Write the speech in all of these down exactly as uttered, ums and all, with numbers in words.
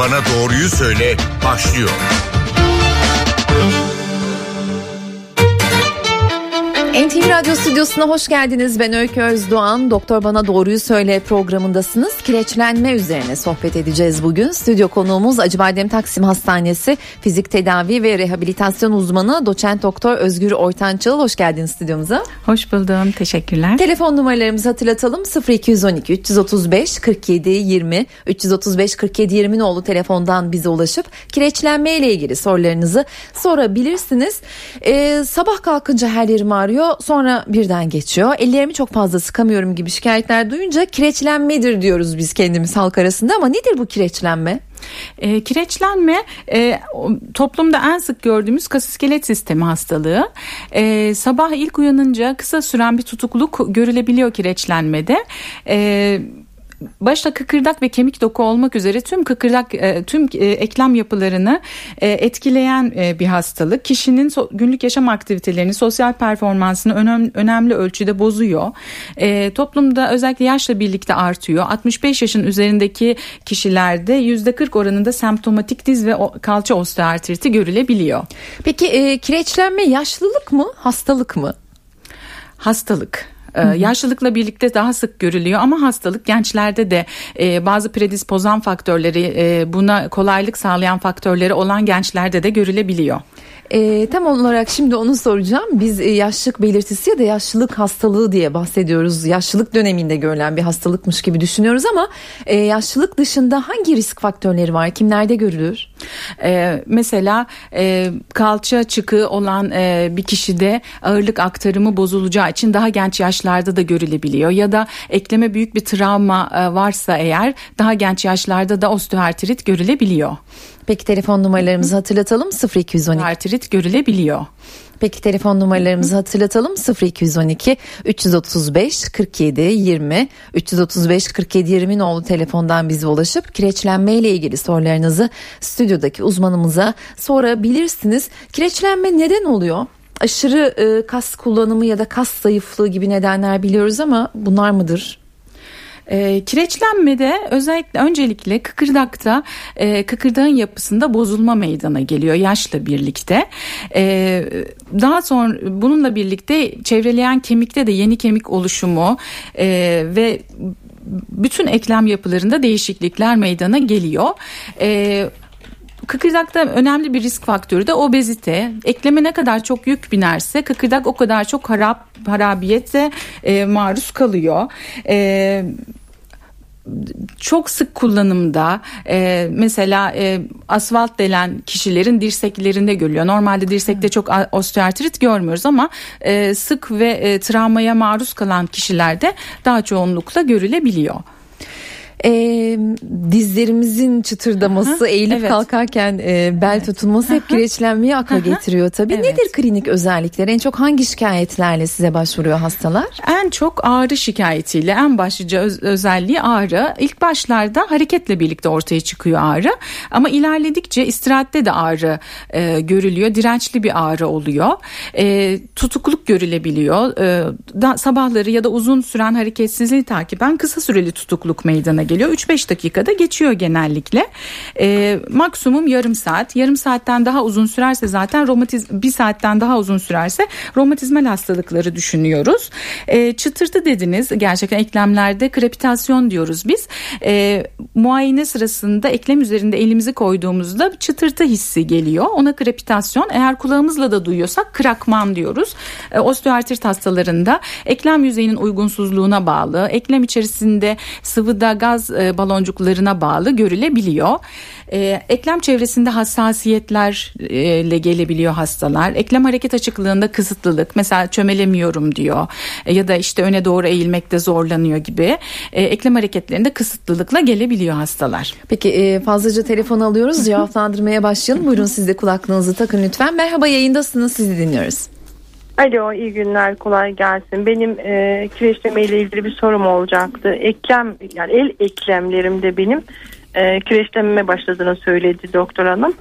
Bana Doğruyu Söyle başlıyor. N T V Radyo Stüdyosu'na hoş geldiniz. Ben Öykü Özdoğan. Doktor Bana Doğruyu Söyle programındasınız. Kireçlenme üzerine sohbet edeceğiz bugün. Stüdyo konuğumuz Acıbadem Taksim Hastanesi Fizik Tedavi ve Rehabilitasyon Uzmanı Doçent Doktor Özgür Oytançıl. Hoş geldiniz stüdyomuza. Hoş buldum. Teşekkürler. Telefon numaralarımızı hatırlatalım. sıfır iki on iki üç otuz beş kırk yedi yirmi üç otuz beş kırk yedi yirmi nolu telefondan bize ulaşıp kireçlenme ile ilgili sorularınızı sorabilirsiniz. Ee, sabah kalkınca her yerim ağrıyor. Sonra birden geçiyor. Ellerimi çok fazla sıkamıyorum gibi şikayetler duyunca kireçlenmedir diyoruz biz kendimiz halk arasında, ama nedir bu kireçlenme? E, kireçlenme e, toplumda en sık gördüğümüz kas iskelet sistemi hastalığı. E, sabah ilk uyanınca kısa süren bir tutukluk görülebiliyor kireçlenmede. E, Başta kıkırdak ve kemik doku olmak üzere tüm kıkırdak, tüm eklem yapılarını etkileyen bir hastalık. Kişinin günlük yaşam aktivitelerini, sosyal performansını önemli ölçüde bozuyor. Toplumda özellikle yaşla birlikte artıyor. altmış beş yaşın üzerindeki kişilerde yüzde kırk oranında semptomatik diz ve kalça osteoartriti görülebiliyor. Peki kireçlenme yaşlılık mı, hastalık mı? Hastalık. Hı hı. Yaşlılıkla birlikte daha sık görülüyor ama hastalık gençlerde de e, bazı predispozan faktörleri, e, buna kolaylık sağlayan faktörleri olan gençlerde de görülebiliyor. E, tam olarak şimdi onu soracağım. Biz e, yaşlılık belirtisi ya da yaşlılık hastalığı diye bahsediyoruz. Yaşlılık döneminde görülen bir hastalıkmış gibi düşünüyoruz ama e, yaşlılık dışında hangi risk faktörleri var? Kimlerde görülür? E, mesela e, kalça çıkığı olan e, bir kişide ağırlık aktarımı bozulacağı için daha genç yaşlarda da görülebiliyor. Ya da ekleme büyük bir travma e, varsa eğer daha genç yaşlarda da osteoartrit görülebiliyor. Peki telefon numaralarımızı hatırlatalım. sıfır iki on iki Artrit görülebiliyor. Peki telefon numaralarımızı hatırlatalım. sıfır iki on iki üç otuz beş kırk yedi yirmi üç otuz beş kırk yedi yirmi nolu telefondan bize ulaşıp kireçlenme ile ilgili sorularınızı stüdyodaki uzmanımıza sorabilirsiniz. Kireçlenme neden oluyor? Aşırı e, kas kullanımı ya da kas zayıflığı gibi nedenler biliyoruz ama bunlar mıdır? E, kireçlenmede özellikle öncelikle kıkırdakta e, kıkırdağın yapısında bozulma meydana geliyor yaşla birlikte. E, daha sonra bununla birlikte çevreleyen kemikte de yeni kemik oluşumu e, ve bütün eklem yapılarında değişiklikler meydana geliyor. E, Kıkırdakta önemli bir risk faktörü de obezite. Ekleme ne kadar çok yük binerse kıkırdak o kadar çok harap, harabiyete e, maruz kalıyor. E, çok sık kullanımda e, mesela e, asfalt delen kişilerin dirseklerinde görülüyor. Normalde dirsekte çok osteoartrit görmüyoruz ama e, sık ve e, travmaya maruz kalan kişilerde daha çoğunlukla görülebiliyor. E, dizlerimizin çıtırdaması, Aha, eğilip evet. kalkarken e, bel evet. tutulması Aha. hep kireçlenmeyi akla Aha. getiriyor tabii. Evet. Nedir klinik özellikleri? En çok hangi şikayetlerle size başvuruyor hastalar? En çok ağrı şikayetiyle, en başlıca öz- özelliği ağrı. İlk başlarda hareketle birlikte ortaya çıkıyor ağrı ama ilerledikçe istirahatte de ağrı e, görülüyor. Dirençli bir ağrı oluyor. E, tutukluk görülebiliyor. E, da, sabahları ya da uzun süren hareketsizliği takiben kısa süreli tutukluk meydana geliyor. üç beş dakikada geçiyor genellikle. E, maksimum yarım saat. Yarım saatten daha uzun sürerse zaten romatiz bir saatten daha uzun sürerse romatizmal hastalıkları düşünüyoruz. E, çıtırtı dediniz. Gerçekten eklemlerde krepitasyon diyoruz biz. E, muayene sırasında eklem üzerinde elimizi koyduğumuzda çıtırtı hissi geliyor. Ona krepitasyon. Eğer kulağımızla da duyuyorsak krakman diyoruz. E, osteoartrit hastalarında eklem yüzeyinin uygunsuzluğuna bağlı, eklem içerisinde sıvıda gaz baloncuklarına bağlı görülebiliyor. Ee, eklem çevresinde hassasiyetlerle gelebiliyor hastalar. Eklem hareket açıklığında kısıtlılık, mesela çömelemiyorum diyor e, ya da işte öne doğru eğilmekte zorlanıyor gibi e, eklem hareketlerinde kısıtlılıkla gelebiliyor hastalar. Peki e, fazlaca telefon alıyoruz, cevaplandırmaya başlayalım. Buyurun, siz de kulaklığınızı takın lütfen. Merhaba, yayındasınız, sizi dinliyoruz. Alo, iyi günler, kolay gelsin. Benim e, kireçleme ile ilgili bir sorum olacaktı. Eklem, yani el eklemlerimde benim e, kireçlenmeye başladığını söyledi doktor hanım.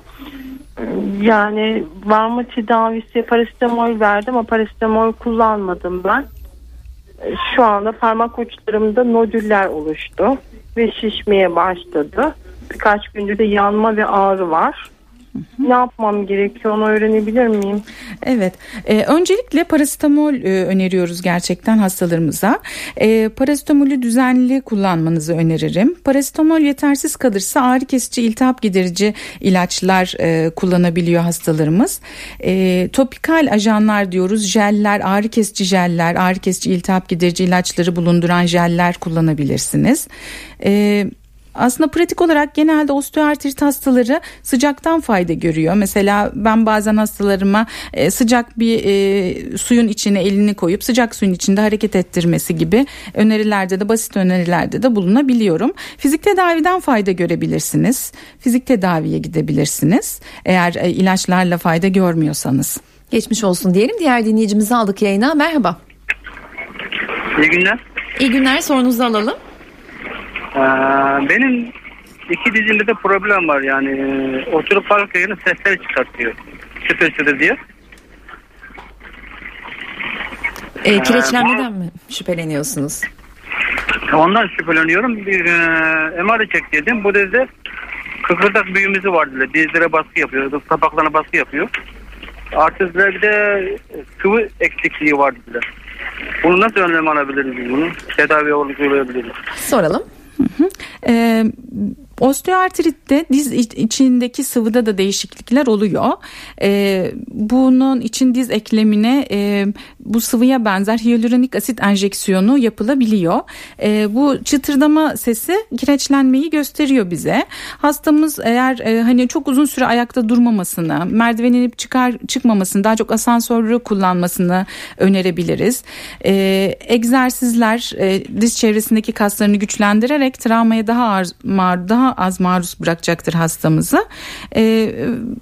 Yani var mı tedavisi? Parasetamol verdim ama parasetamol kullanmadım ben. E, şu anda parmak uçlarımda nodüller oluştu ve şişmeye başladı. Birkaç gündür de yanma ve ağrı var. Hı hı. Ne yapmam gerekiyor, onu öğrenebilir miyim? Evet. Ee, öncelikle parasetamol e, öneriyoruz gerçekten hastalarımıza. E, parasetamolü düzenli kullanmanızı öneririm. Parasetamol yetersiz kalırsa ağrı kesici, iltihap giderici ilaçlar e, kullanabiliyor hastalarımız. E, topikal ajanlar diyoruz. Jeller, ağrı kesici jeller, ağrı kesici, iltihap giderici ilaçları bulunduran jeller kullanabilirsiniz. Evet. Aslında pratik olarak genelde osteoartrit hastaları sıcaktan fayda görüyor. Mesela ben bazen hastalarıma e, sıcak bir e, suyun içine elini koyup sıcak suyun içinde hareket ettirmesi gibi önerilerde de, basit önerilerde de bulunabiliyorum. Fizik tedaviden fayda görebilirsiniz. Fizik tedaviye gidebilirsiniz eğer e, ilaçlarla fayda görmüyorsanız. Geçmiş olsun diyelim. Diğer dinleyicimizi aldık yayına. Merhaba. İyi günler. İyi günler. Sorunuzu alalım. Ee, benim iki dizimde de problem var, yani oturup kalkarken sesler çıkartıyor, çıtır çıtır diye. E, kireçlenmeden ee, mi şüpheleniyorsunuz? Ondan şüpheleniyorum. Bir e, M R çektirdim. Bu dizde kıkırdak büyümesi var dediler. Dizlere baskı yapıyor, kapaklarına baskı yapıyor. Artı bir de sıvı eksikliği var dediler. Bunu nasıl önlem alabiliriz bunu? Tedavi uygulayabiliriz. Soralım. Hı hı. Ee, osteoartritte diz içindeki sıvıda da değişiklikler oluyor. Ee, bunun için diz eklemine e, bu sıvıya benzer hyaluronik asit enjeksiyonu yapılabiliyor. Ee, bu çıtırdama sesi kireçlenmeyi gösteriyor bize. Hastamız eğer e, hani çok uzun süre ayakta durmamasını, merdiven inip çıkar çıkmamasını, daha çok asansörü kullanmasını önerebiliriz. Ee, egzersizler e, diz çevresindeki kaslarını güçlendirerek travmaya daha az, mar, daha az maruz bırakacaktır hastamızı. Ee,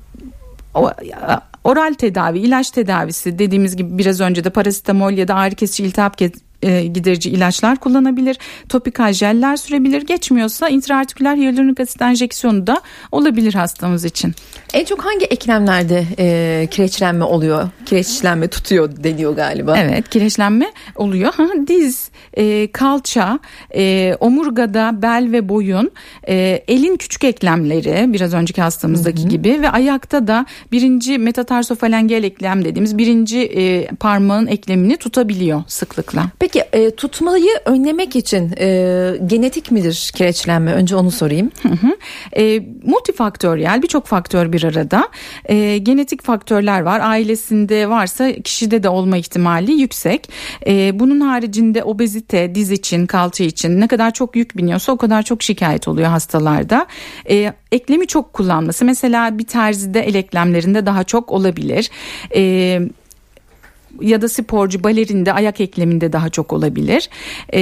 o, oral tedavi, ilaç tedavisi dediğimiz gibi biraz önce de parasetamol ya da ağrı kesici, iltihap giderici ilaçlar kullanabilir. Topikal jeller sürebilir. Geçmiyorsa intraartiküler hyaluronik asit enjeksiyonu da olabilir hastamız için. En çok hangi eklemlerde e, kireçlenme oluyor? Kireçlenme tutuyor deniyor galiba. Evet, kireçlenme oluyor. Diz, e, kalça, e, omurgada bel ve boyun, e, elin küçük eklemleri biraz önceki hastamızdaki hı hı. gibi ve ayakta da birinci metatarsofalangeal eklem dediğimiz birinci e, parmağın eklemini tutabiliyor sıklıkla. Peki e, tutmayı önlemek için e, genetik midir kireçlenme? Önce onu sorayım. Hı hı. E, multifaktöriyel, birçok faktör bir arada. E, genetik faktörler var. Ailesinde varsa kişide de olma ihtimali yüksek. E, bunun haricinde obezite, diz için, kalça için ne kadar çok yük biniyorsa o kadar çok şikayet oluyor hastalarda. E, eklemi çok kullanması. Mesela bir terzide el eklemlerinde daha çok olabilir. E, ya da sporcu, balerinde ayak ekleminde daha çok olabilir. Ee,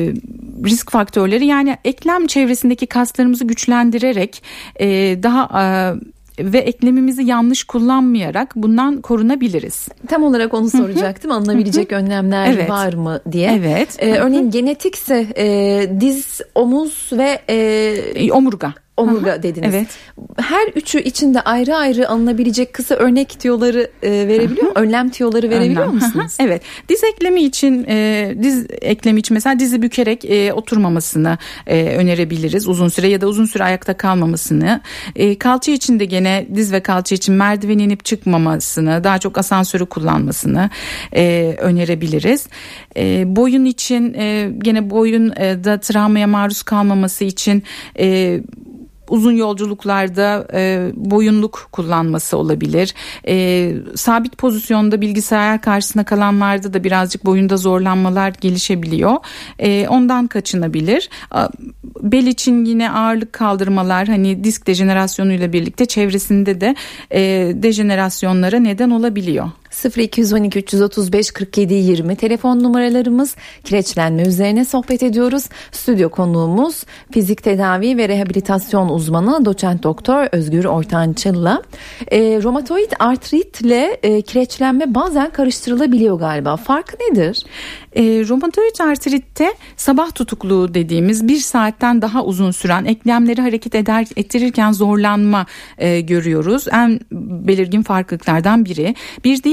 risk faktörleri, yani eklem çevresindeki kaslarımızı güçlendirerek e, daha e, ve eklemimizi yanlış kullanmayarak bundan korunabiliriz. Tam olarak onu soracaktım. Alınabilecek önlemler evet. var mı diye. Evet. Ee, örneğin genetikse e, diz, omuz ve e, omurga. Omurga Aha, dediniz. Evet. Her üçü içinde ayrı ayrı alınabilecek kısa örnek tiyoları e, verebiliyor mu? Önlem tiyoları verebiliyor Önlem. musunuz? Aha, evet. Diz eklemi için e, diz eklemi için mesela dizi bükerek e, oturmamasını e, önerebiliriz uzun süre ya da uzun süre ayakta kalmamasını. E, kalça için de gene diz ve kalça için merdiven inip çıkmamasını, daha çok asansörü kullanmasını e, önerebiliriz. E, boyun için e, gene boyun e, da travmaya maruz kalmaması için e, uzun yolculuklarda e, boyunluk kullanması olabilir. E, sabit pozisyonda bilgisayar karşısında kalanlarda da birazcık boyunda zorlanmalar gelişebiliyor. E, ondan kaçınabilir. Bel için yine ağırlık kaldırmalar, hani disk dejenerasyonuyla birlikte çevresinde de e, dejenerasyonlara neden olabiliyor. sıfır iki on iki üç otuz beş kırk yedi yirmi telefon numaralarımız. Kireçlenme üzerine sohbet ediyoruz. Stüdyo konuğumuz fizik tedavi ve rehabilitasyon uzmanı doçent doktor Özgür Ortançıl'la. E, romatoid artritle e, kireçlenme bazen karıştırılabiliyor galiba. Farkı nedir? E, romatoid artritte sabah tutukluğu dediğimiz bir saatten daha uzun süren eklemleri hareket eder, ettirirken zorlanma e, görüyoruz. En belirgin farklılıklardan biri. Bir diğer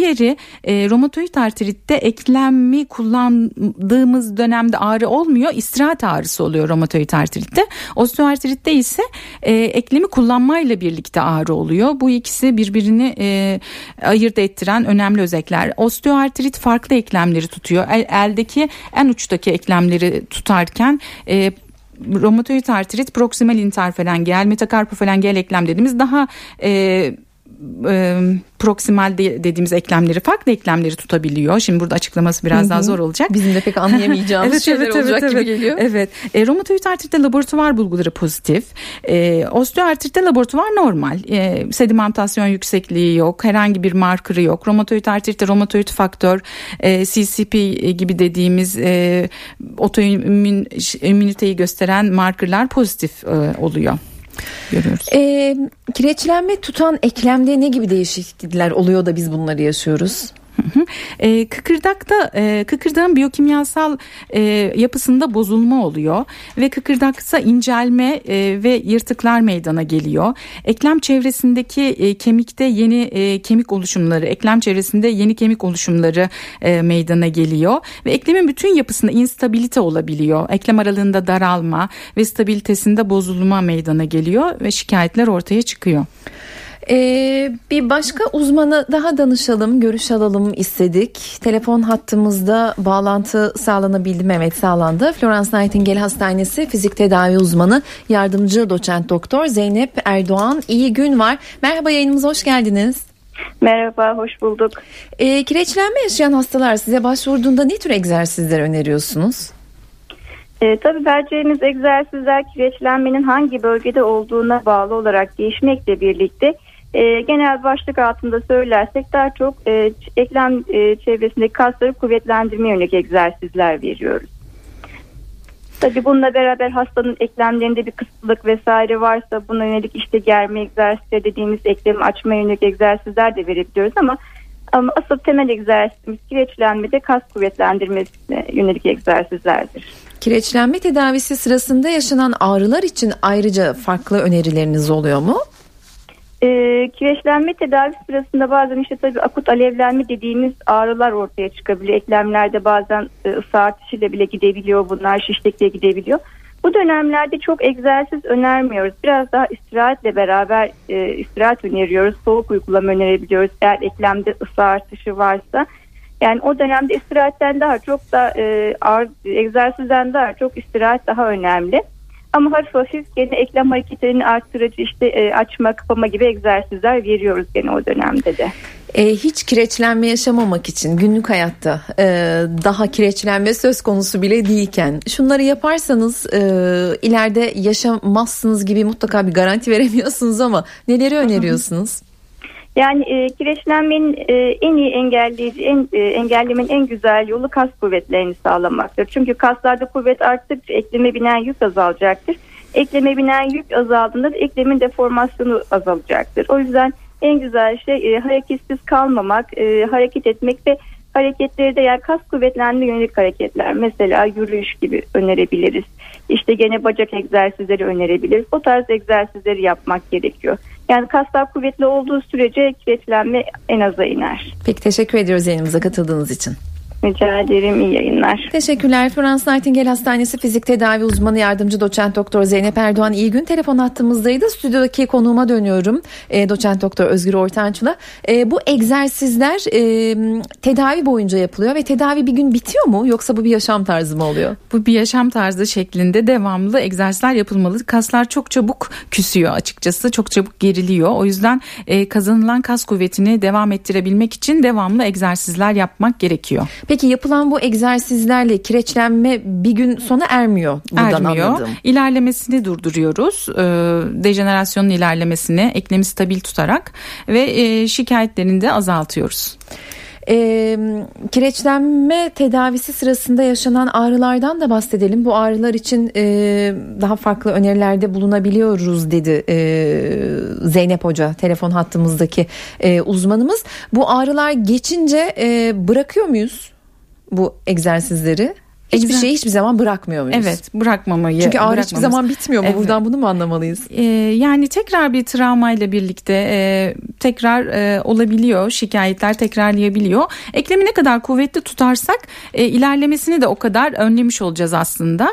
diğeri e, romatoid artritte eklemi kullandığımız dönemde ağrı olmuyor, istirahat ağrısı oluyor romatoid artritte. Osteoartritte ise e, eklemi kullanmayla birlikte ağrı oluyor. Bu ikisi birbirini e, ayırt ettiren önemli özellikler. Osteoartrit farklı eklemleri tutuyor. El, eldeki en uçtaki eklemleri tutarken e, romatoid artrit proksimal interferengial, metakarpofalangeal eklem dediğimiz daha e, e, proksimal de, dediğimiz eklemleri, farklı eklemleri tutabiliyor. Şimdi burada açıklaması biraz Hı-hı. daha zor olacak. Bizim de pek anlayamayacağımız evet, şeyler evet, olacak evet, gibi evet. geliyor. Evet. E, romatoid artritte laboratuvar bulguları pozitif. E, osteoartritte laboratuvar normal. E, sedimentasyon yüksekliği yok. Herhangi bir markerı yok. Romatoid artritte romatoid faktör, e, C C P gibi dediğimiz e, otoimmün immüniteyi gösteren markerlar pozitif e, oluyor. Görüyoruz. E, kireçlenme tutan eklemde ne gibi değişiklikler oluyor da biz bunları yaşıyoruz? E, kıkırdakta e, kıkırdağın biyokimyasal e, yapısında bozulma oluyor ve kıkırdaksa incelme e, ve yırtıklar meydana geliyor. Eklem çevresindeki e, kemikte yeni e, kemik oluşumları, eklem çevresinde yeni kemik oluşumları e, meydana geliyor ve eklemin bütün yapısında instabilite olabiliyor. Eklem aralığında daralma ve stabilitesinde bozulma meydana geliyor ve şikayetler ortaya çıkıyor. Ee, bir başka uzmana daha danışalım, görüş alalım istedik. Telefon hattımızda bağlantı sağlanabildi mi? Evet, sağlandı. Florence Nightingale Hastanesi Fizik Tedavi Uzmanı Yardımcı Doçent Doktor Zeynep Erdoğan. İyi gün var. Merhaba, yayınımıza hoş geldiniz. Merhaba, hoş bulduk. Ee, kireçlenme yaşayan hastalar size başvurduğunda ne tür egzersizler öneriyorsunuz? E, tabii vereceğimiz egzersizler kireçlenmenin hangi bölgede olduğuna bağlı olarak değişmekle birlikte e, genel başlık altında söylersek daha çok e, eklem e, çevresindeki kasları kuvvetlendirmeye yönelik egzersizler veriyoruz. Tabii bununla beraber hastanın eklemlerinde bir kısıtlık vesaire varsa buna yönelik işte germe egzersizleri dediğimiz eklemi açmaya yönelik egzersizler de verebiliyoruz ama ama asıl temel egzersizimiz kireçlenmede kas kuvvetlendirmesine yönelik egzersizlerdir. Kireçlenme tedavisi sırasında yaşanan ağrılar için ayrıca farklı önerileriniz oluyor mu? E, kireçlenme tedavisi sırasında bazen işte tabii akut alevlenme dediğimiz ağrılar ortaya çıkabiliyor. Eklemlerde bazen e, ısı artışıyla bile gidebiliyor, bunlar şişlikle gidebiliyor. Bu dönemlerde çok egzersiz önermiyoruz. Biraz daha istirahatle beraber e, istirahat öneriyoruz. Soğuk uygulama önerebiliyoruz eğer eklemde ısı artışı varsa. Yani o dönemde istirahatten daha çok da e, ağır, egzersizden daha çok istirahat daha önemli. Ama hafif hafif gene eklem hareketlerini arttırıcı işte e, açma kapama gibi egzersizler veriyoruz gene o dönemde de. E, hiç kireçlenme yaşamamak için günlük hayatta e, daha kireçlenme söz konusu bile değilken şunları yaparsanız e, ileride yaşamazsınız gibi mutlaka bir garanti veremiyorsunuz ama neleri öneriyorsunuz? Yani e, kireçlenmenin e, en iyi engelleyici, en e, engellemenin en güzel yolu kas kuvvetlerini sağlamaktır. Çünkü kaslarda kuvvet arttıkça ekleme binen yük azalacaktır. Ekleme binen yük azaldığında da eklemin deformasyonu azalacaktır. O yüzden en güzel şey e, hareketsiz kalmamak, e, hareket etmek ve hareketleri de yani kas kuvvetlenme yönelik hareketler. Mesela yürüyüş gibi önerebiliriz. İşte gene bacak egzersizleri önerebiliriz. O tarz egzersizleri yapmak gerekiyor. Yani kaslar kuvvetli olduğu sürece kireçlenme en aza iner. Peki, teşekkür ediyoruz yayınımıza katıldığınız için. Rica ederim, iyi yayınlar. Teşekkürler. Florence Nightingale Hastanesi Fizik Tedavi Uzmanı Yardımcı Doçent Doktor Zeynep Erdoğan iyi gün telefon hattımızdaydı. Stüdyodaki konuğuma dönüyorum. E, Doçent Doktor Özgür Ortanç'la. E, bu egzersizler e, tedavi boyunca yapılıyor ve tedavi bir gün bitiyor mu yoksa bu bir yaşam tarzı mı oluyor? Bu bir yaşam tarzı şeklinde devamlı egzersizler yapılmalı. Kaslar çok çabuk küsüyor açıkçası. Çok çabuk geriliyor. O yüzden e, kazanılan kas kuvvetini devam ettirebilmek için devamlı egzersizler yapmak gerekiyor. Peki yapılan bu egzersizlerle kireçlenme bir gün sona ermiyor buradan Ermiyor. Anladım. İlerlemesini durduruyoruz. E, dejenerasyonun ilerlemesini eklemi stabil tutarak ve e, şikayetlerini de azaltıyoruz. E, kireçlenme tedavisi sırasında yaşanan ağrılardan da bahsedelim. Bu ağrılar için e, daha farklı önerilerde bulunabiliyoruz dedi e, Zeynep Hoca, telefon hattımızdaki e, uzmanımız. Bu ağrılar geçince e, bırakıyor muyuz bu egzersizleri? Hiçbir Exact. şeyi hiçbir zaman bırakmıyor muyuz? Evet, bırakmamayı. Çünkü ağrı hiçbir zaman bitmiyor mu? Evet. Buradan bunu mu anlamalıyız? Ee, yani tekrar bir travmayla birlikte e, tekrar e, olabiliyor. Şikayetler tekrarlayabiliyor. Eklemi ne kadar kuvvetli tutarsak e, ilerlemesini de o kadar önlemiş olacağız aslında.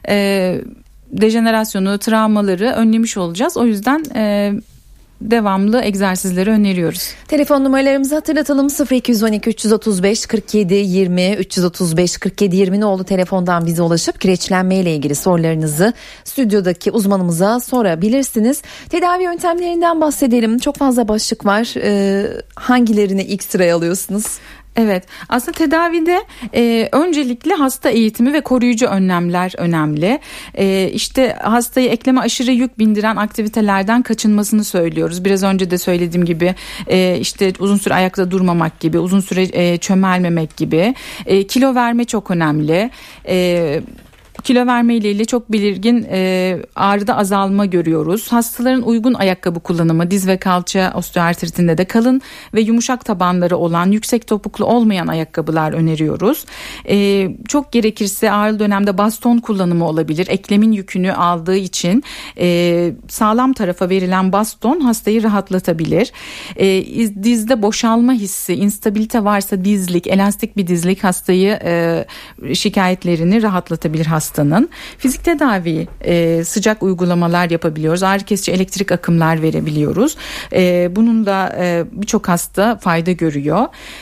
E, dejenerasyonu, travmaları önlemiş olacağız. O yüzden e, devamlı egzersizleri öneriyoruz. Telefon numaralarımızı hatırlatalım. sıfır iki on iki üç otuz beş kırk yedi yirmi üç otuz beş kırk yedi yirmi oldu telefondan bize ulaşıp kireçlenme ile ilgili sorularınızı stüdyodaki uzmanımıza sorabilirsiniz. Tedavi yöntemlerinden bahsedelim. Çok fazla başlık var. Ee, hangilerini ilk sıraya alıyorsunuz? Evet, aslında tedavide e, öncelikle hasta eğitimi ve koruyucu önlemler önemli. E, işte hastayı ekleme aşırı yük bindiren aktivitelerden kaçınmasını söylüyoruz. Biraz önce de söylediğim gibi e, işte uzun süre ayakta durmamak gibi, uzun süre e, çömelmemek gibi. E, kilo verme çok önemli. E, Kilo verme ile ilgili çok belirgin e, ağrıda azalma görüyoruz. Hastaların uygun ayakkabı kullanımı, diz ve kalça osteoartritinde de kalın ve yumuşak tabanları olan, yüksek topuklu olmayan ayakkabılar öneriyoruz. E, çok gerekirse ağrılı dönemde baston kullanımı olabilir. Eklemin yükünü aldığı için e, sağlam tarafa verilen baston hastayı rahatlatabilir. E, dizde boşalma hissi, instabilite varsa dizlik, elastik bir dizlik hastayı e, şikayetlerini rahatlatabilir hasta. Hastanın. Fizik tedavi, e, sıcak uygulamalar yapabiliyoruz. Ağrı kesici elektrik akımlar verebiliyoruz. E, bunun da e, birçok hasta fayda görüyor.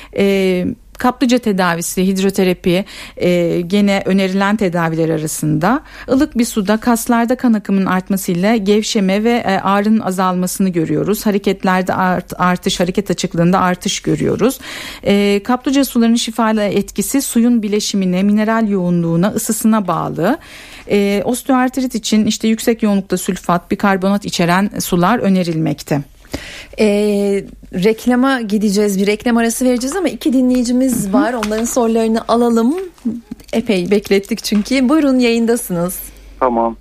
E, Kaplıca tedavisi, hidroterapi e, gene önerilen tedaviler arasında. Ilık bir suda kaslarda kan akımının artmasıyla gevşeme ve e, ağrının azalmasını görüyoruz. Hareketlerde art, artış, hareket açıklığında artış görüyoruz. E, kaplıca sularının şifalı etkisi suyun bileşimine, mineral yoğunluğuna, ısısına bağlı. E, osteoartrit için işte yüksek yoğunlukta sülfat, bikarbonat içeren sular önerilmekte. E, reklama gideceğiz, bir reklam arası vereceğiz ama iki dinleyicimiz var, onların sorularını alalım. Epey beklettik çünkü. Buyurun, yayındasınız. Tamam.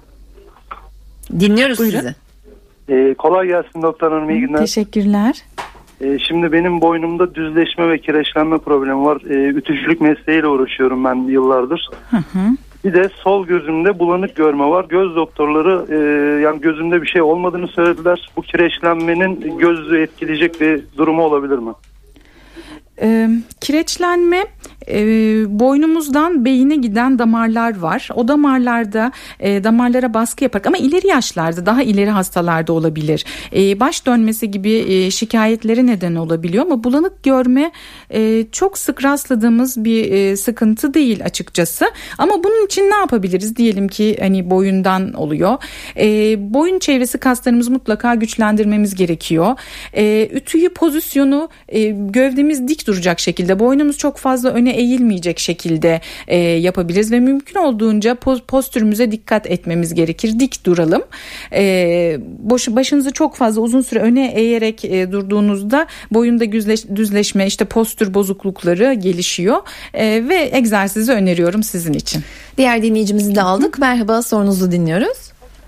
Dinliyoruz Buyurun. sizi. Ee, kolay gelsin doktor hanım, iyi günler. Teşekkürler. Ee, şimdi benim boynumda düzleşme ve kireçlenme problemi var. Ee, ütücülük mesleğiyle uğraşıyorum ben yıllardır. Hı hı. Bir de sol gözümde bulanık görme var. Göz doktorları e, yani gözümde bir şey olmadığını söylediler. Bu kireçlenmenin gözü etkileyecek bir durumu olabilir mi? E, kireçlenme e, boynumuzdan beyine giden damarlar var. O damarlarda e, damarlara baskı yaparak, ama ileri yaşlarda, daha ileri hastalarda olabilir. E, baş dönmesi gibi e, şikayetlere neden olabiliyor ama bulanık görme e, çok sık rastladığımız bir e, sıkıntı değil açıkçası. Ama bunun için ne yapabiliriz? Diyelim ki hani boyundan oluyor. E, boyun çevresi kaslarımızı mutlaka güçlendirmemiz gerekiyor. E, ütüyü, pozisyonu e, gövdemiz dik duracak şekilde, boynumuz çok fazla öne eğilmeyecek şekilde e, yapabiliriz ve mümkün olduğunca postürümüze dikkat etmemiz gerekir. Dik duralım. E, boş, başınızı çok fazla uzun süre öne eğerek e, durduğunuzda boyunda düzleş, düzleşme, işte postür bozuklukları gelişiyor e, ve egzersizi öneriyorum sizin için. Diğer dinleyicimizi de aldık. Merhaba, sorunuzu dinliyoruz.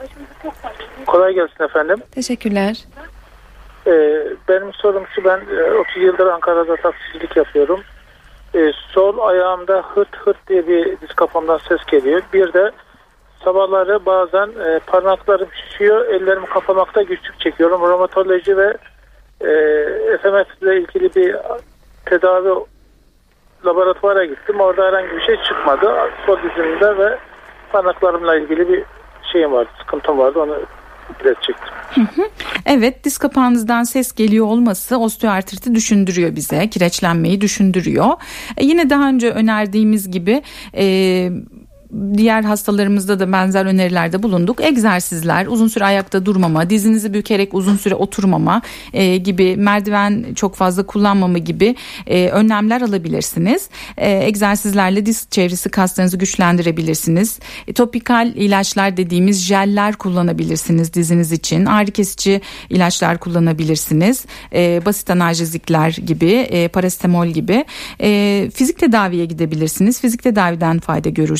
Kolay gelsin efendim. Teşekkürler. Ee, benim sorum şu, ben otuz yıldır Ankara'da taksicilik yapıyorum. Ee, sol ayağımda hırt hırt diye bir diz kapağımdan ses geliyor. Bir de sabahları bazen e, parmaklarım şişiyor, ellerimi kapamakta güçlük çekiyorum. Romatoloji ve e, F M S ile ilgili bir tedavi laboratuvara gittim. Orada herhangi bir şey çıkmadı. Sol dizimde ve parmaklarımla ilgili bir şeyim vardı, sıkıntım vardı, onu üretecektim. Hı hı. Evet, diz kapağınızdan ses geliyor olması osteoartriti düşündürüyor bize, kireçlenmeyi düşündürüyor. E, yine daha önce önerdiğimiz gibi e, diğer hastalarımızda da benzer önerilerde bulunduk. Egzersizler, uzun süre ayakta durmama, dizinizi bükerek uzun süre oturmama e, gibi, merdiven çok fazla kullanmama gibi e, önlemler alabilirsiniz. E, egzersizlerle diz çevresi kaslarınızı güçlendirebilirsiniz. E, topikal ilaçlar dediğimiz jeller kullanabilirsiniz diziniz için. Ağrı kesici ilaçlar kullanabilirsiniz. E, basit analjezikler gibi, e, parasetamol gibi. E, fizik tedaviye gidebilirsiniz. Fizik tedaviden fayda görürsünüz.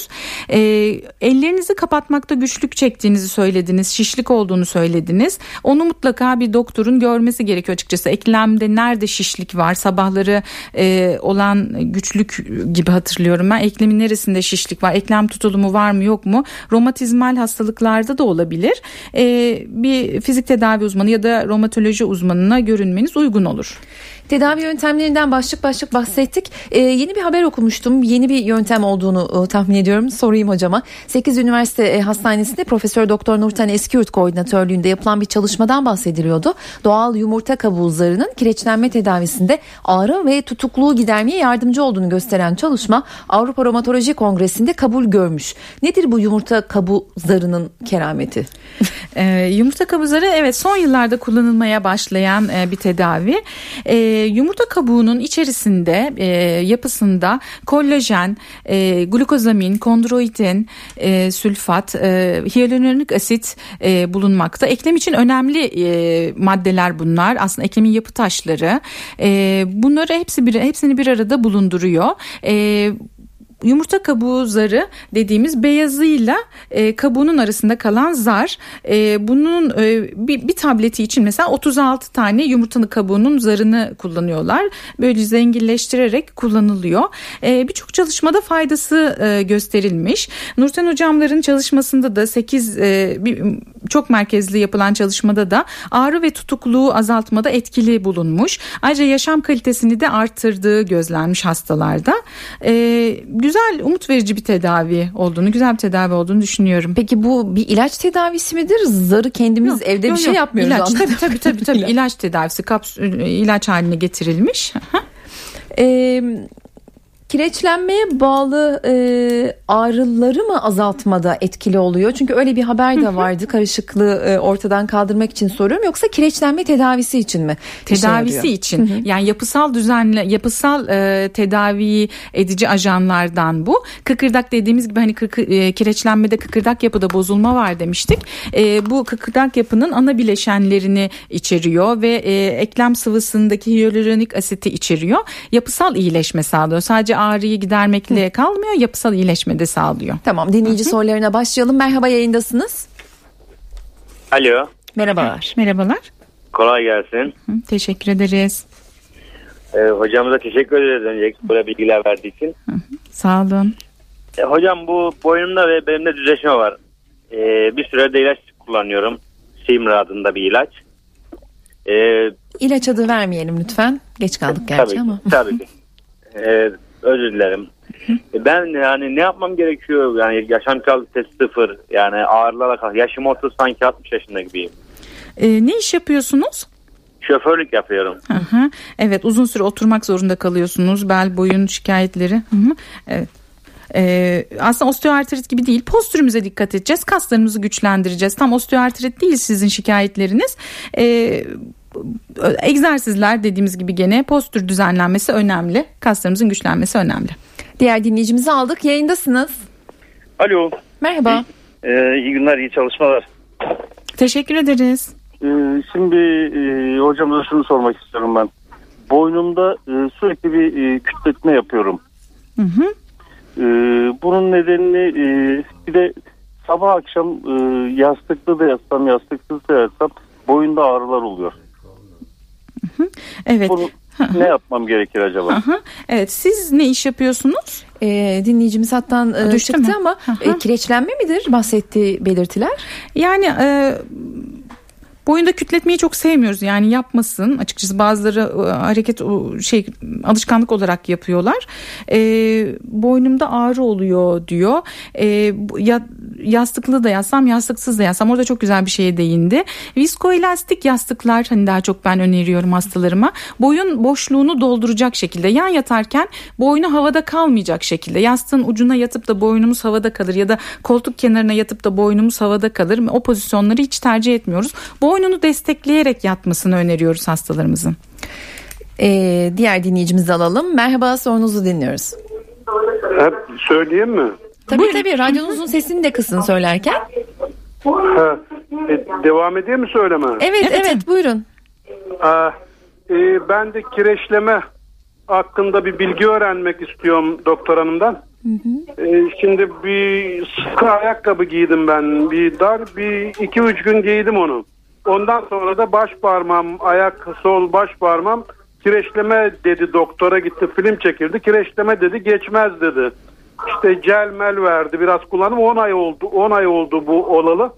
E, ellerinizi kapatmakta güçlük çektiğinizi söylediniz, şişlik olduğunu söylediniz. Onu mutlaka bir doktorun görmesi gerekiyor açıkçası. Eklemde nerede şişlik var? Sabahları e, olan güçlük gibi hatırlıyorum ben. Eklemin neresinde şişlik var? Eklem tutulumu var mı yok mu? Romatizmal hastalıklarda da olabilir. E, bir fizik tedavi uzmanı ya da romatoloji uzmanına görünmeniz uygun olur. Tedavi yöntemlerinden başlık başlık bahsettik. Ee, yeni bir haber okumuştum. Yeni bir yöntem olduğunu e, tahmin ediyorum. Sorayım hocama. sekiz Üniversite e, Hastanesi'nde Profesör Doktor Nurten Eskiyurt koordinatörlüğünde yapılan bir çalışmadan bahsediliyordu. Doğal yumurta kabuğu zarının kireçlenme tedavisinde ağrı ve tutukluğu gidermeye yardımcı olduğunu gösteren çalışma Avrupa Romatoloji Kongresi'nde kabul görmüş. Nedir bu yumurta kabuğu zarının kerameti? e, yumurta kabuğu zarı evet son yıllarda kullanılmaya başlayan e, bir tedavi. E, Yumurta kabuğunun içerisinde e, yapısında kollajen, e, glukozamin, kondroitin, e, sülfat, e, hyaluronik asit e, bulunmakta. Eklem için önemli e, maddeler bunlar. Aslında eklemin yapı taşları. E, bunları hepsi bir, hepsini bir arada bulunduruyor. E, Yumurta kabuğu zarı dediğimiz beyazıyla e, kabuğunun arasında kalan zar. E, bunun e, bir, bir tableti için mesela otuz altı tane yumurtanın kabuğunun zarını kullanıyorlar. Böyle zenginleştirerek kullanılıyor. E, Birçok çalışmada faydası e, gösterilmiş. Nurten hocamların çalışmasında da sekiz e, bir, çok merkezli yapılan çalışmada da ağrı ve tutukluğu azaltmada etkili bulunmuş. Ayrıca yaşam kalitesini de arttırdığı gözlenmiş hastalarda. E, Güzel, umut verici bir tedavi olduğunu, güzel bir tedavi olduğunu düşünüyorum. Peki bu bir ilaç tedavisi midir? Zarı kendimiz yok, evde yok, bir şey yok. yapmıyoruz. İlaç, tabii tabii tabii tabii ilaç tedavisi, kapsül ilaç haline getirilmiş. Eee Kireçlenmeye bağlı e, ağrıları mı azaltmada etkili oluyor? Çünkü öyle bir haber de vardı. Karışıklığı e, ortadan kaldırmak için soruyorum. Yoksa kireçlenme tedavisi için mi? Tedavisi için. Hı hı. Yani yapısal düzenle, yapısal e, tedavi edici ajanlardan bu. Kıkırdak dediğimiz gibi hani kıkır, e, kireçlenmede kıkırdak yapıda bozulma var demiştik. E, bu kıkırdak yapının ana bileşenlerini içeriyor ve e, eklem sıvısındaki hyaluronik asiti içeriyor. Yapısal iyileşme sağlıyor. Sadece ağrıyı gidermekle Hı. kalmıyor, yapısal iyileşme de sağlıyor. Tamam, dinleyici Hı-hı. sorularına başlayalım. Merhaba, yayındasınız. Alo. Merhabalar. Merhabalar. Kolay gelsin. Hı, teşekkür ederiz. Ee, hocamıza teşekkür ederiz öncelikle böyle bilgiler verdiği için. Hı hı. Sağ olun. Ee, hocam bu boynumda ve belimde düzleşme var. Ee, bir süredir ilaç kullanıyorum. Simra adında bir ilaç. Ee, İlaç adı vermeyelim lütfen. Geç kaldık gerçi tabii, ama. Tabii ki. Ee, özür dilerim. Ben yani ne yapmam gerekiyor? Yani yaşam kalitesi sıfır. Yani ağrılara kalk. Yaşım otuz, sanki altmış yaşında gibiyim. Ee, ne iş yapıyorsunuz? Şoförlük yapıyorum. Hı hı. Evet, uzun süre oturmak zorunda kalıyorsunuz. Bel, boyun şikayetleri. Hı hı. Evet. Ee, aslında osteoartrit gibi değil, postürümüze dikkat edeceğiz, kaslarımızı güçlendireceğiz. Tam osteoartrit değil sizin şikayetleriniz. Ee, egzersizler dediğimiz gibi gene postür düzenlenmesi önemli, kaslarımızın güçlenmesi önemli. Diğer dinleyicimizi aldık, yayındasınız. Alo. Merhaba. Ee, iyi günler, iyi çalışmalar. Teşekkür ederiz. Ee, şimdi e, hocamıza şunu sormak istiyorum ben. Boynumda e, sürekli bir e, kütletme yapıyorum. Hı hı. Ee, bunun nedenini e, bir de sabah akşam e, yastıklı da yatsam yastıksız da yatsam boyunda ağrılar oluyor. Hı hı. Evet. Bunu ne yapmam gerekir acaba? Hı hı. Evet, siz ne iş yapıyorsunuz? Ee, dinleyicimiz hattan e, Düştü çıktı mi? ama e, kireçlenme midir bahsettiği belirtiler? Yani e, boyunda kütletmeyi çok sevmiyoruz, yani yapmasın açıkçası. Bazıları e, hareket şey alışkanlık olarak yapıyorlar. E, boynumda ağrı oluyor diyor. E, ya, yastıklı da yatsam yastıksız da yatsam, orada çok güzel bir şeye değindi. Viskoelastik yastıklar hani daha çok ben öneriyorum hastalarıma. Boyun boşluğunu dolduracak şekilde, yan yatarken boynu havada kalmayacak şekilde, yastığın ucuna yatıp da boynumuz havada kalır ya da koltuk kenarına yatıp da boynumuz havada kalır. O pozisyonları hiç tercih etmiyoruz. Boynunu destekleyerek yatmasını öneriyoruz hastalarımızın. Ee, diğer dinleyicimizi alalım. Merhaba, sorunuzu dinliyoruz. Hep söyleyeyim mi? Tabii Buyurun. tabii. Radyonuzun sesini de kısın söylerken. Ha, e, devam edeyim mi söyleme? Evet evet, evet buyurun. Aa, e, ben de kireçleme hakkında bir bilgi öğrenmek istiyorum doktor hanımdan. Hı hı. Ee, şimdi bir sıkı ayakkabı giydim ben. Bir dar bir iki üç gün giydim onu. Ondan sonra da baş parmağım, ayak sol baş parmağım kireçleme dedi, doktora gitti, film çekildi. Kireçleme dedi, geçmez dedi. İşte gel mel verdi, biraz kullandım. on ay oldu. on ay oldu bu olalı.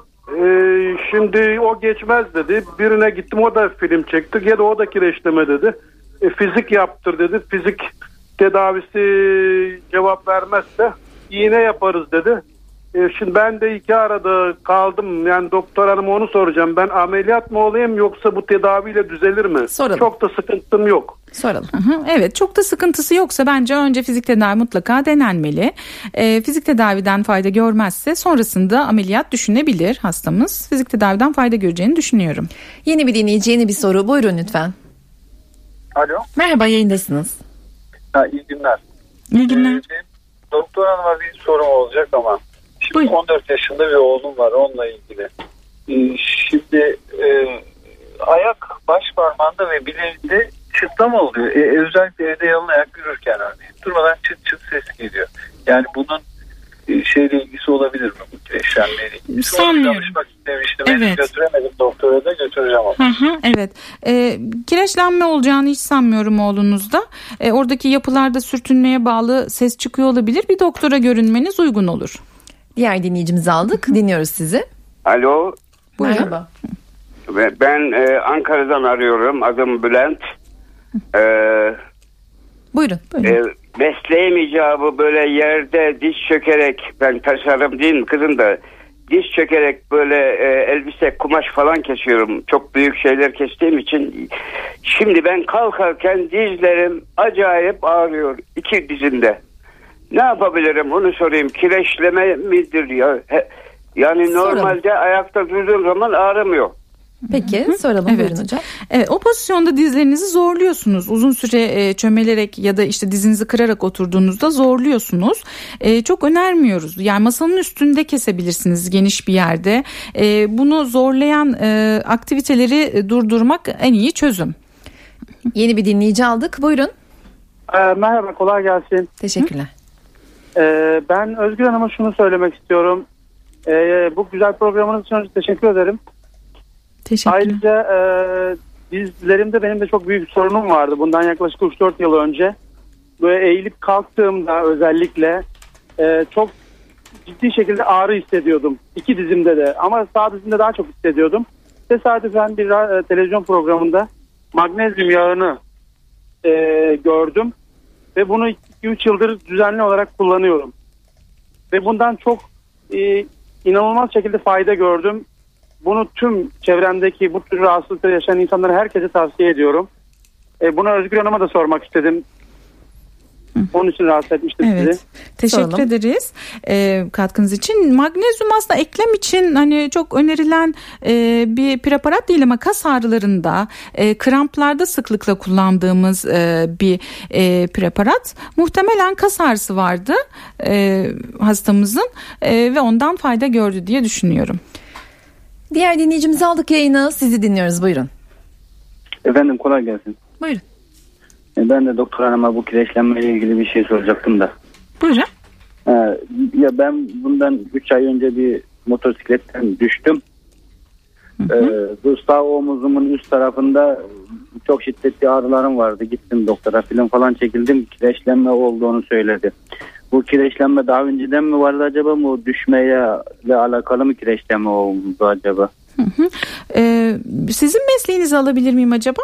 Ee, şimdi o geçmez dedi. Birine gittim, o da film çekti. Gene o da kireçleme dedi. E, fizik yaptır dedi. Fizik tedavisi cevap vermezse iğne yaparız dedi. E, şimdi ben de iki arada kaldım. Yani doktor hanım onu soracağım. Ben ameliyat mı olayım yoksa bu tedaviyle düzelir mi? Soralım. Çok da sıkıntım yok. Soralım. Hı hı, evet, çok da sıkıntısı yoksa bence önce fizik tedavi mutlaka denenmeli. E, fizik tedaviden fayda görmezse sonrasında ameliyat düşünebilir hastamız. Fizik tedaviden fayda göreceğini düşünüyorum. Yeni bir dinleyici, yeni bir soru. Buyurun lütfen. Alo. Merhaba, yayındasınız. Ha, iyi günler. İyi günler. Ee, doktor hanıma bir sorum olacak ama şimdi Buyurun. on dört yaşında bir oğlum var, onunla ilgili. Ee, şimdi e, ayak baş parmağında ve bileğinde çıtlama oluyor. E, özellikle evde yalın ayak yürürken örneğin. Durmadan çıt çıt ses geliyor. Yani bunun e, şeyle ilgisi olabilir mi? Bu kireçlenmeyle ilgisi. Sanmıyorum. Danışmak istemiştim. Evet. Götüremedim, doktora da götüreceğim onu. Hı hı, evet. E, kireçlenme olacağını hiç sanmıyorum oğlunuzda. E, oradaki yapılarda sürtünmeye bağlı ses çıkıyor olabilir. Bir doktora görünmeniz uygun olur. Diğer dinleyicimizi aldık. Dinliyoruz sizi. Alo. Merhaba. Ben e, Ankara'dan arıyorum. Adım Bülent. E, buyurun. buyurun. E, mesleğim icabı böyle yerde diz çökerek, ben tasarım değil mi kızım da, diz çökerek böyle e, elbise, kumaş falan kesiyorum. Çok büyük şeyler kestiğim için. Şimdi ben kalkarken dizlerim acayip ağrıyor. İki dizimde. Ne yapabilirim onu sorayım. Kireçleme midir ya? He, yani normalde soralım. Ayakta durduğum zaman ağrımıyor. Peki soralım. Evet. Buyurun hocam. Evet, o pozisyonda dizlerinizi zorluyorsunuz. Uzun süre e, çömelerek ya da işte dizinizi kırarak oturduğunuzda zorluyorsunuz. E, çok önermiyoruz. Yani masanın üstünde kesebilirsiniz geniş bir yerde. E, bunu zorlayan e, aktiviteleri durdurmak en iyi çözüm. Yeni bir dinleyici aldık. Buyurun. Ee, merhaba, kolay gelsin. Teşekkürler. Ee, ben Özgür Hanım'a şunu söylemek istiyorum. Ee, bu güzel programınız için teşekkür ederim. Teşekkürler. Ayrıca e, dizlerimde benim de çok büyük bir sorunum vardı. Bundan yaklaşık üç dört yıl önce. Böyle eğilip kalktığımda özellikle e, çok ciddi şekilde ağrı hissediyordum. İki dizimde de, ama sağ dizimde daha çok hissediyordum. Tesadüfen bir e, televizyon programında magnezyum yağını e, gördüm. Ve bunu iki üç yıldır düzenli olarak kullanıyorum. Ve bundan çok e, inanılmaz şekilde fayda gördüm. Bunu tüm çevremdeki bu tür rahatsızlıkları yaşayan insanlara, herkese tavsiye ediyorum. E, bunu Özgür Hanım'a da sormak istedim. Onun için rahatsız etmiştim evet. sizi. Teşekkür Soralım. ederiz e, katkınız için. Magnezyum aslında eklem için hani çok önerilen e, bir preparat değil ama kas ağrılarında, e, kramplarda sıklıkla kullandığımız e, bir e, preparat. Muhtemelen kas ağrısı vardı e, hastamızın e, ve ondan fayda gördü diye düşünüyorum. Diğer dinleyicimizi aldık yayına. Sizi dinliyoruz. Buyurun. Efendim, kolay gelsin. Buyurun. Ben de doktor hanıma bu kireçlenmeyle ilgili bir şey soracaktım da. Buyurun. Ee, ya ben bundan üç ay önce bir motosikletten düştüm. Hı hı. Ee, bu sağ omuzumun üst tarafında çok şiddetli ağrılarım vardı. Gittim doktora, film falan çekildim. Kireçlenme olduğunu söyledi. Bu kireçlenme daha önceden mi vardı acaba, mı düşmeyle alakalı mı kireçlenme oldu acaba? Hı hı. Ee, sizin mesleğinizi alabilir miyim acaba?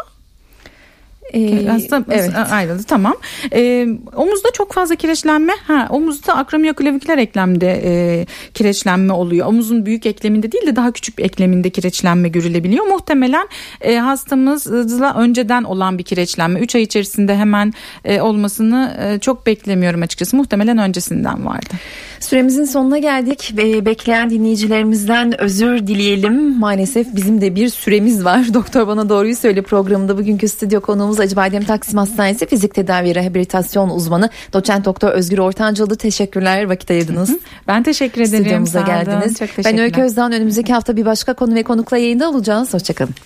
Ee, Hasta evet. ayrıldı, tamam. Ee, omuzda çok fazla kireçlenme, ha, omuzda akromiyoklaviküler eklemde e, kireçlenme oluyor. Omuzun büyük ekleminde değil de daha küçük bir ekleminde kireçlenme görülebiliyor. Muhtemelen e, hastamızla önceden olan bir kireçlenme. üç ay içerisinde hemen e, olmasını e, çok beklemiyorum açıkçası. Muhtemelen öncesinden vardı. Süremizin sonuna geldik. Be- bekleyen dinleyicilerimizden özür dileyelim. Maalesef bizim de bir süremiz var. Doktor Bana Doğruyu Söyle programında bugünkü stüdyo konuğumuz Acıbadem Taksim Hastanesi Fizik Tedavi Rehabilitasyon Uzmanı Doçent Doktor Özgür Ortancıoğlu. Teşekkürler, vakit ayırdınız. Ben teşekkür ederim. Stüdyomuza geldiniz. Ben Öykü Özdağ. Önümüzdeki hafta bir başka konu ve konukla yayında olacağız. Hoşçakalın.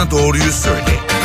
Bana doğruyu söyle.